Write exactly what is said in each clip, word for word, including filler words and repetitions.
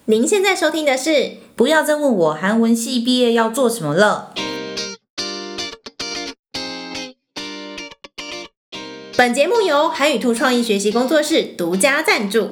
您现在收听的是不要再问我韩文系毕业要做什么了。 本节目由韩语兔创意学习工作室独家赞助。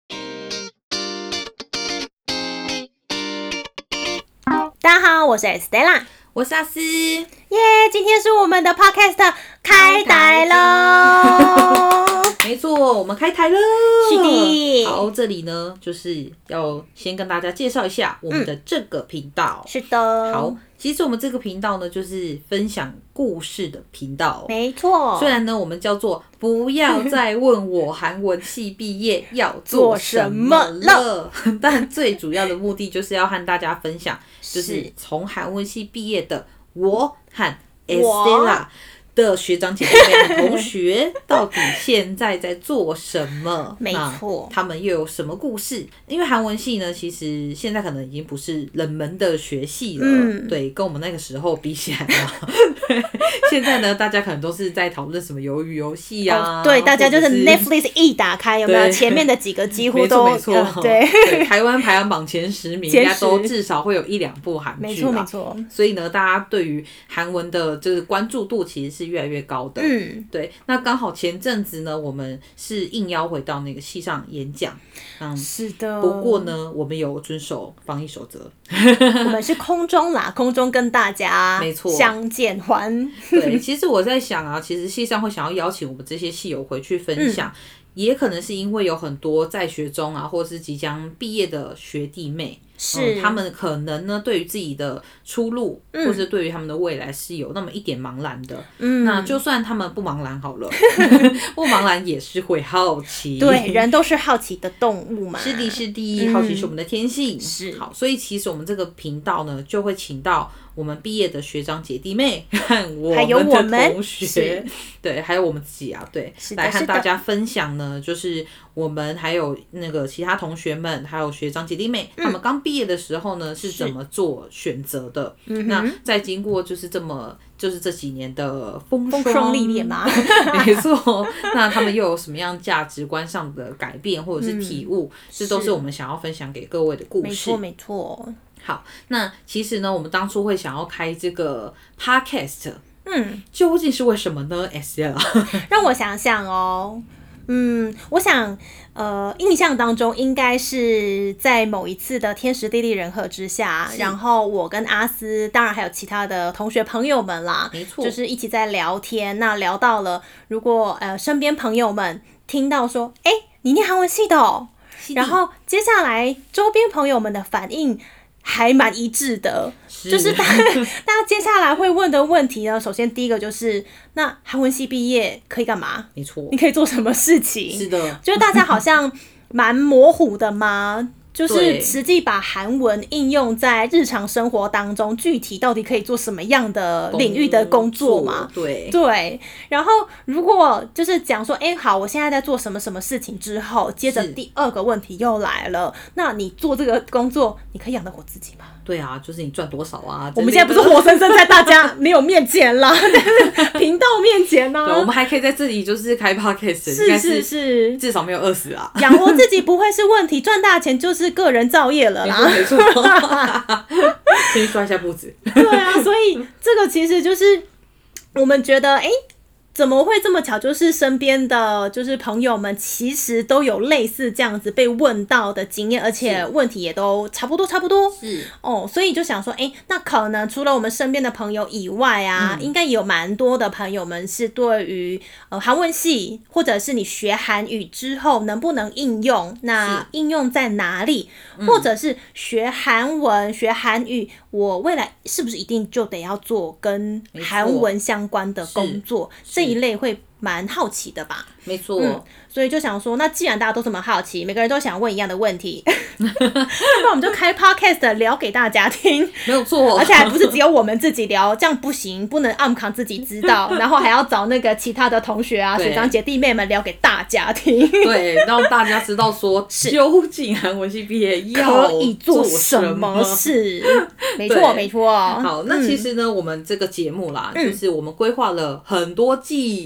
大家好，我是 Estella， 我是阿斯， 耶、yeah, 今天是我们的 Podcast 开台喽。 没错，我们开台了。 是的。 好，这里呢就是要先跟大家介绍一下我们的这个频道、 嗯、是的。 好，其实我们这个频道呢就是分享故事的频道， 没错。 虽然呢我们叫做不要再问我韩文系毕业要做什么了但最主要的目的就是要和大家分享，就是从韩文系毕业的我和 Estella的学长姐妹和同学到底现在在做什么？ 没错， 他们又有什么故事？因为韩文系呢，其实现在可能已经不是冷门的学系了，嗯、对，跟我们那个时候比起来嘛，现在呢，大家可能都是在讨论什么鱿鱼游戏啊、哦， 对，大家就是 Netflix 一打开，有没有前面的几个几乎都没错没错、呃， 对对，台湾排行榜前十名，应该都至少会有一两部韩剧， 没错没错。 所以呢，大家对于韩文的这个关注度其实是越来越高的，嗯，对。那刚好前阵子呢，我们是应邀回到那个系上演讲，嗯， 是的。 不过呢，我们有遵守防疫守则， 我们是空中啦，空中跟大家没错相见欢。 对，其实我在想啊，其实系上会想要邀请我们这些系友回去分享。嗯，也可能是因为有很多在学中啊，或是即将毕业的学弟妹，是、嗯、他们可能呢对于自己的出路、嗯，或是对于他们的未来是有那么一点茫然的。嗯，那就算他们不茫然好了，不茫然也是会好奇。 对，人都是好奇的动物嘛。 是的，是的，好奇是我们的天性。是、嗯、好，所以其实我们这个频道呢，就会请到我们毕业的学长姐弟妹和我们的同学，对，还有我们自己啊，对，来和大家分享呢，就是我们还有那个其他同学们，还有学长姐弟妹，嗯、他们刚毕业的时候呢是怎么做选择的？那在经过就是这么就是这几年的风霜历练嘛， 没错，那他们又有什么样价值观上的改变或者是体悟？嗯、这都是我们想要分享给各位的故事。 没错，没错。 好，那其实呢，我们当初会想要开这个 podcast， 嗯，究竟是为什么呢 ？Estella， 让我想想哦，嗯，我想，呃，印象当中应该是在某一次的天时地利人和之下，然后我跟阿斯，当然还有其他的同学朋友们啦， 没错， 就是一起在聊天。那聊到了，如果呃身边朋友们听到说，哎，你念韩文系的哦，然后接下来周边朋友们的反应还蛮一致的，是就是大家大家接下来会问的问题呢，首先第一个就是那韩文系毕业可以干嘛？ 没错， 你可以做什么事情？ 是的， 就是大家好像蛮模糊的嘛，就是实际把韩文应用在日常生活当中，具体到底可以做什么样的领域的工作嘛？ 对对。然后如果就是讲说，哎、欸，好，我现在在做什么什么事情之后，接着第二个问题又来了，那你做这个工作，你可以养得活自己吗？ 对啊，就是你赚多少啊？ 我们现在不是活生生在大家没有面前啦，频道面前呢、啊。 对，我们还可以在这里就是开 podcast， 是是是， 至少没有饿死啊。 养活自己不会是问题，赚大钱就是个人造业了啦。 没错，先抓一下步子。 对啊，所以这个其实就是我们觉得，哎、欸。怎么会这么巧？就是身边的就是朋友们，其实都有类似这样子被问到的经验，而且问题也都差不多差不多。是哦，所以就想说，哎、欸，那可能除了我们身边的朋友以外啊，嗯、应该有蛮多的朋友们是对于呃韩文系，或者是你学韩语之后能不能应用，那应用在哪里，嗯、或者是学韩文、学韩语，我未来是不是一定就得要做跟韩文相关的工作？这一类会蛮好奇的吧？ 没错、 嗯，所以就想说，那既然大家都这么好奇，每个人都想问一样的问题，那我们就开 podcast 聊给大家听， 没有错， 而且还不是只有我们自己聊，这样不行，不能暗扛自己知道，然后还要找那个其他的同学啊、学长姐弟妹们聊给大家听， 对，让大家知道说究竟韩文系毕业要可以做什么事，没错没错。 好，那其实呢，嗯、我们这个节目啦，就是我们规划了很多季。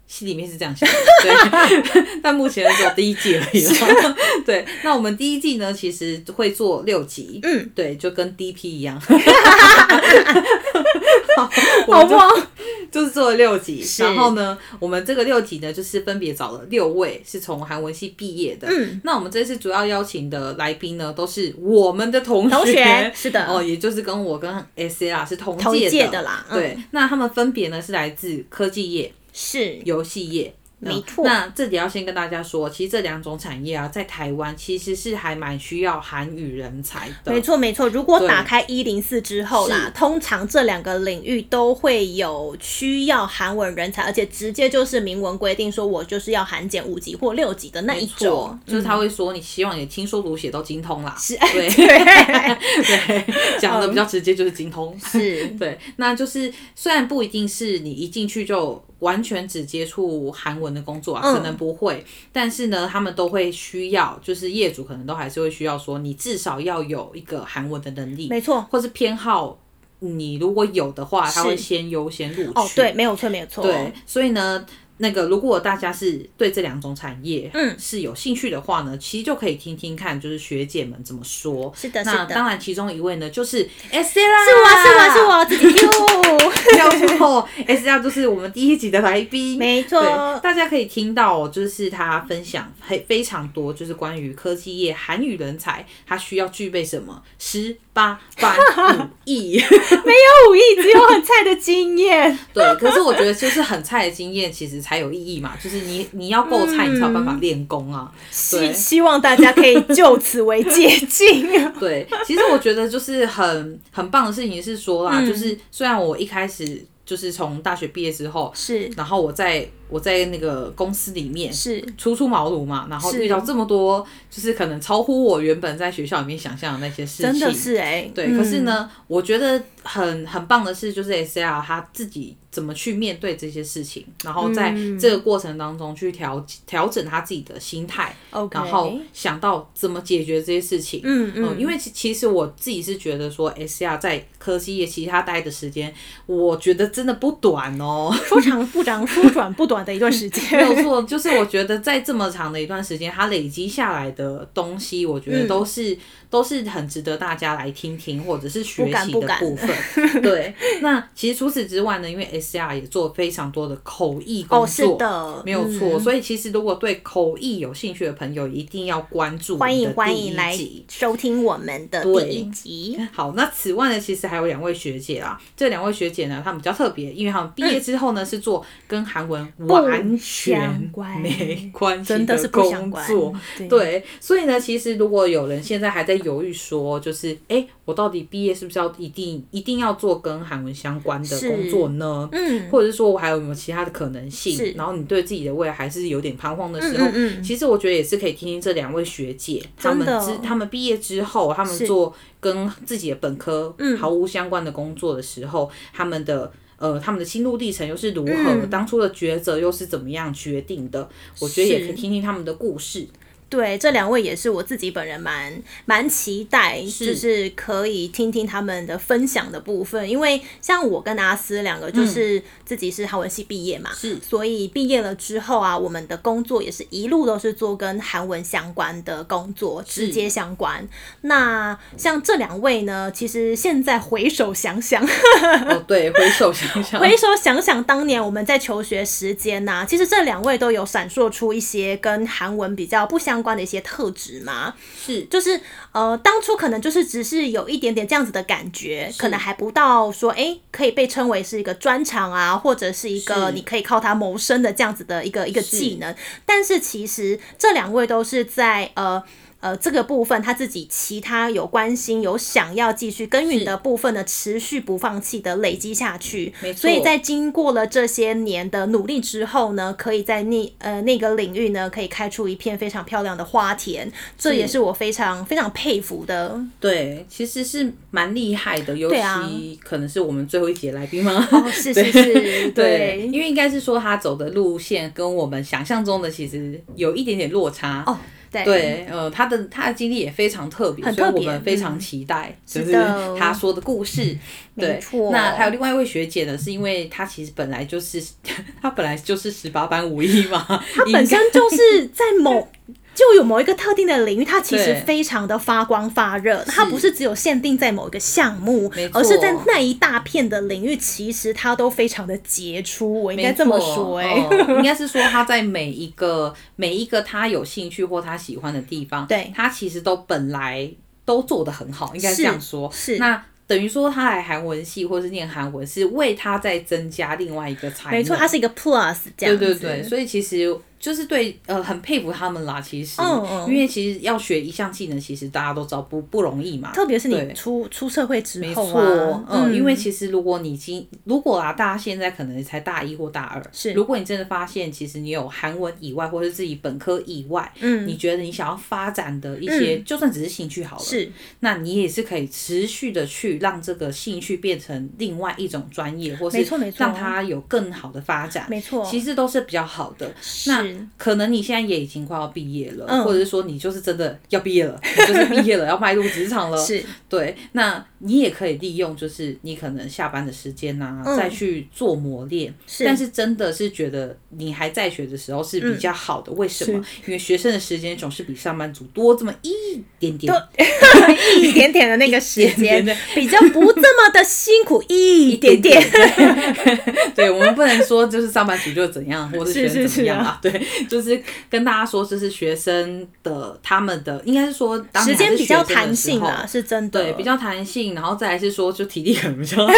心里面是这样想的，对，但目前只有第一季而已了。对，那我们第一季呢，其实会做六集，嗯，对，就跟 D P 一样， 好不好？ 就是做了六集，然后呢，我们这个六集呢，就是分别找了六位是从韩文系毕业的。嗯，那我们这次主要邀请的来宾呢，都是我们的同学， 同学是的， 哦，也就是跟我跟 S L 是同届的， 同届的啦。 嗯、对，那他们分别呢是来自科技业、 是游戏业。 没错， 那这里要先跟大家说，其实这两种产业啊，在台湾其实是还蛮需要韩语人才的。 没错没错，如果打开一零四之后啦，通常这两个领域都会有需要韩文人才，而且直接就是明文规定说，我就是要韩检五级或六级的那一种， 就是他会说你希望你听说读写都精通啦。 是， 对对，讲的比较直接就是精通。 是， 对，那就是虽然不一定是你一进去就完全只接触韩文的工作啊，嗯、可能不会，但是呢，他们都会需要，就是业主可能都还是会需要说，你至少要有一个韩文的能力， 没错， 或是偏好，你如果有的话，他会先优先录取。 哦，对，没有错，没有错。 对，所以呢。那个，如果大家是对这两种产业嗯是有兴趣的话呢，其实就可以听听看，就是学姐们怎么说。 是的，是的。 那当然，其中一位呢就是 S L， 是我是我是我自己 Q， 没错 ，S L 就是我们第一集的来宾， 没错。 大家可以听到，就是他分享非常多，就是关于科技业韩语人才他需要具备什么十八般武艺， 没有武艺，只有很菜的经验。 对，可是我觉得就是很菜的经验，其实才有意义嘛，就是你你要够菜，你才有办法练功啊。 希希望大家可以就此为借鉴。 对，其实我觉得就是很很棒的事情是说啦，嗯、就是虽然我一开始就是从大学毕业之后， 是， 然后我在我在那个公司里面是初出茅庐嘛，然后遇到这么多就是可能超乎我原本在学校里面想象的那些事情， 真的是哎、欸， 对、嗯。可是呢，我觉得很很棒的是，就是 S L 他自己怎么去面对这些事情，然后在这个过程当中去调调整他自己的心态， 嗯、 然后想到怎么解决这些事情。嗯嗯、呃，因为其实我自己是觉得说 S L 在科技业其实他待的时间，我觉得真的不短哦， 说长不长，说短不短的一段时间。 没有错，就是我觉得在这么长的一段时间，他累积下来的东西，我觉得都是、嗯、都是很值得大家来听听或者是学习的部分。对，那其实除此之外呢，因为 S R 也做非常多的口译工作，哦、 是的， 没有错、嗯。所以其实如果对口译有兴趣的朋友，一定要关注我们的第一集， 欢迎欢迎来收听我们的第一集。 好，那此外呢，其实还有两位学姐啦，这两位学姐呢，她们比较特别，因为她们毕业之后呢、嗯、是做跟韩文完全没关系的工作，对, 对，所以呢，其实如果有人现在还在犹豫说，就是哎、欸，我到底毕业是不是要一定一定要做跟韩文相关的工作呢？嗯，或者是说我还有没有其他的可能性？然后你对自己的未来还是有点彷徨的时候，嗯嗯嗯其实我觉得也是可以听听这两位学姐，他们之他们毕业之后，他们做跟自己的本科毫无相关的工作的时候，他们的。呃，他们的心路历程又是如何、嗯？当初的抉择又是怎么样决定的？我觉得也可以听听他们的故事。 对，这两位也是我自己本人蛮蛮期待，就是可以听听他们的分享的部分。因为像我跟阿斯两个，就是自己是韩文系毕业嘛，是、嗯，所以毕业了之后啊，我们的工作也是一路都是做跟韩文相关的工作，直接相关。那像这两位呢，其实现在回首想想， 哦，对，回首想想， 回首想想当年我们在求学时间呐、啊，其实这两位都有闪烁出一些跟韩文比较不相关的一些特质嘛， 是， 就是呃，当初可能就是只是有一点点这样子的感觉，可能还不到说，哎、欸，可以被称为是一个专长啊，或者是一个你可以靠它谋生的这样子的一个一个技能。但是其实这两位都是在呃。呃，这个部分他自己其他有关心、有想要继续耕耘的部分呢，持续不放弃的累积下去。 没错。 所以在经过了这些年的努力之后呢，可以在那呃那个领域呢，可以开出一片非常漂亮的花田。这也是我非常非常佩服的。 对，其实是蛮厉害的，尤其可能是我们最后一节来宾吗？ 哦，是是是，对, 对，因为应该是说他走的路线跟我们想象中的其实有一点点落差。 哦。 对对，呃，他的他的经历也非常特别，所以我们非常期待，嗯、就是他说的故事。对， 没错。 那还有另外一位学姐呢，是因为她其实本来就是她本来就是十八般武艺嘛， 她本身就是在某。就有某一个特定的领域，它其实非常的发光发热，它不是只有限定在某一个项目，而是在那一大片的领域，其实它都非常的杰出。我应该这么说、欸，哎、 哦，应该是说他在每一个每一个他有兴趣或他喜欢的地方， 对， 他其实都本来都做得很好，应该这样说。 是， 那等于说他来韩文系或是念韩文，是为他再增加另外一个才能。 没错，它是一个 plus 这样子。 对对对，所以其实。就是对，呃，很佩服他们啦。其实，嗯嗯，因为其实要学一项技能，其实大家都知道不不容易嘛。 特别是你出出社会之后、啊， 没错，嗯，因为其实如果你已经，如果啊，大家现在可能才大一或大二， 是， 如果你真的发现，其实你有韩文以外，或是自己本科以外，嗯，你觉得你想要发展的一些，嗯、就算只是兴趣好了， 是， 那你也是可以持续的去让这个兴趣变成另外一种专业，或是让它有更好的发展， 没错， 其实都是比较好的。那可能你现在也已经快要毕业了，嗯、或者是说你就是真的要毕业了，你就是毕业了，要迈入职场了。 是， 对，那你也可以利用就是你可能下班的时间啊，嗯、再去做磨练。但是真的是觉得你还在学的时候是比较好的，嗯、为什么？因为学生的时间总是比上班族多这么一点点， 一点点的那个时间，比较不这么的辛苦一点点。 对, 对，我们不能说就是上班族就怎样，或是学生怎么样啊？对，就。就是跟大家说，这是学生的他们的，应该是说当时间比较弹性啦，是真的， 对，比较弹性，然后再来是说，就体力可能比较好。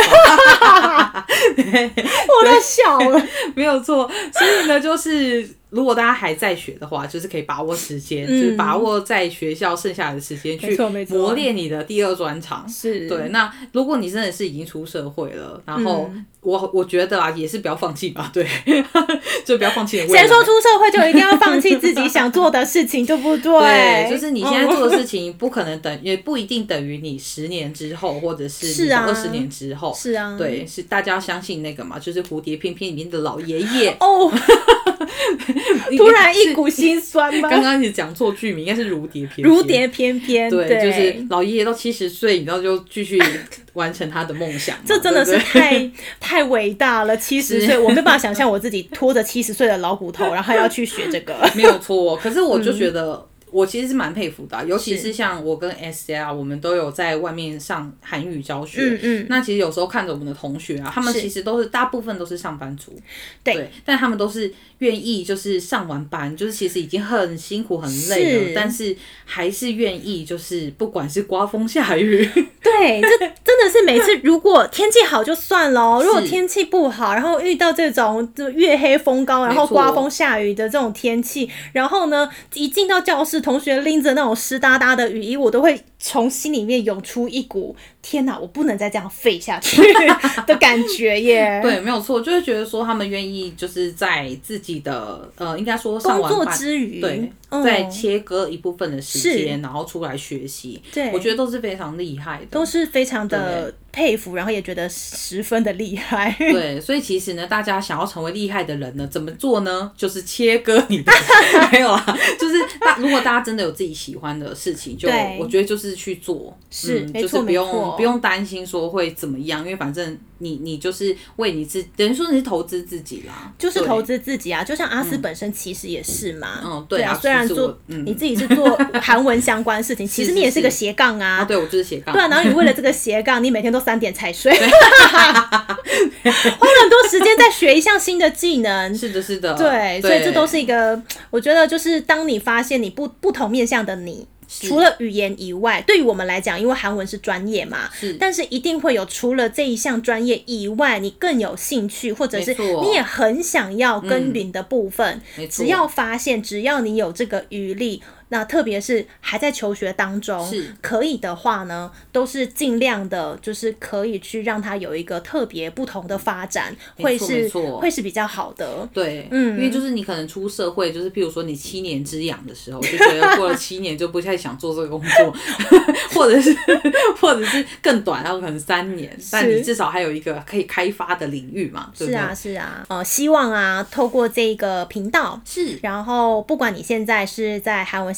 我都笑了， 没有错。所以呢，就是如果大家还在学的话，就是可以把握时间，嗯、就是把握在学校剩下的时间去磨练你的第二专长。 是， 对。那如果你真的是已经出社会了，然后。嗯我我觉得啊，也是不要放弃吧，对，就不要放弃的未来。 谁说出社会就一定要放弃自己想做的事情，对不对？ 对，就是你现在做的事情，不可能等，也不一定等于你十年之后，或者是你二十年之后。 是啊， 对，是大家要相信那个嘛，就是蝴蝶翩翩里面的老爷爷。 哦，突然一股心酸吗？ 刚刚你讲错剧名，应该是如蝶翩翩。 如蝶翩翩， 对，就是老爷爷到七十岁，然后就继续完成他的梦想。 这真的是太太伟大了！七十岁，我没办法想象我自己拖着七十岁的老骨头，然后要去学这个。 没有错，可是我就觉得。嗯我其实是蛮佩服的、啊，尤其是像我跟 S L， 我们都有在外面上韩语教学。嗯嗯。那其实有时候看着我们的同学啊，他们其实都是大部分都是上班族，对，对，但他们都是愿意就是上完班，就是其实已经很辛苦很累了，是但是还是愿意就是不管是刮风下雨， 对，这真的是每次如果天气好就算了，如果天气不好，然后遇到这种就月黑风高，然后刮风下雨的这种天气，然后呢一进到教室。同学拎着那种湿哒哒的雨衣，我都会从心里面涌出一股天哪，我不能再这样废下去的感觉耶。 对，没有错，就会觉得说他们愿意就是在自己的呃，应该说上完班工作之余， 对，嗯、再切割一部分的时间，然后出来学习。对，我觉得都是非常厉害的， 都是非常的佩服，然后也觉得十分的厉害。 对，所以其实呢，大家想要成为厉害的人呢，怎么做呢？就是切割你的，没有啦，就是大如果大家真的有自己喜欢的事情，就我觉得就是去做， 是， 嗯、就是不用不用担心说会怎么样，因为反正你你就是为你自，等于说你是投资自己啦， 就是投资自己啊。就像阿斯本身其实也是嘛， 嗯，嗯对啊， 虽然做、嗯、你自己是做韩文相关的事情，其实你也是个斜杠啊。 啊，对，我就是斜杠。 对啊，然后你为了这个斜杠，你每天都三点才睡，花了很多时间在学一项新的技能。 是的，是的， 对，所以这都是一个，我觉得就是当你发现你不不同面向的你。除了语言以外，对于我们来讲，因为韩文是专业嘛，是，但是一定会有除了这一项专业以外，你更有兴趣，或者是你也很想要耕耘的部分，嗯、只要发现，只要你有这个余力。那特别是还在求学当中，可以的话呢，都是尽量的，就是可以去让它有一个特别不同的发展，会是会是比较好的。 对，嗯，因为就是你可能出社会，就是譬如说你七年之痒的时候，就觉得过了七年就不太想做这个工作，或者是或者是更短，然后可能三年，但你至少还有一个可以开发的领域嘛，对不对？ 是啊，是啊，呃，希望啊，透过这个频道是，然后不管你现在是在韩文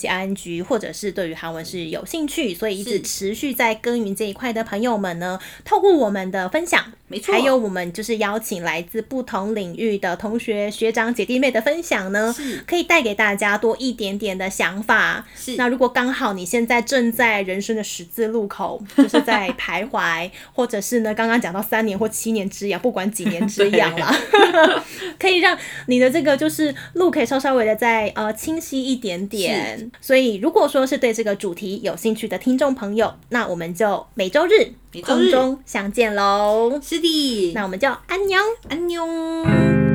习 I N G， 或者是对于韩文是有兴趣，所以一直持续在耕耘这一块的朋友们呢，透过我们的分享， 没错， 还有我们就是邀请来自不同领域的同学、学长、姐弟妹的分享呢，可以带给大家多一点点的想法。 是， 那如果刚好你现在正在人生的十字路口，就是在徘徊，或者是呢刚刚讲到三年或七年之痒，不管几年之痒啦，可以让你的这个就是路可以稍稍微的再呃清晰一点点。所以如果说是对这个主题有兴趣的听众朋友，那我们就每周日空中相见喽。 是的， 那我们就安妞安妞。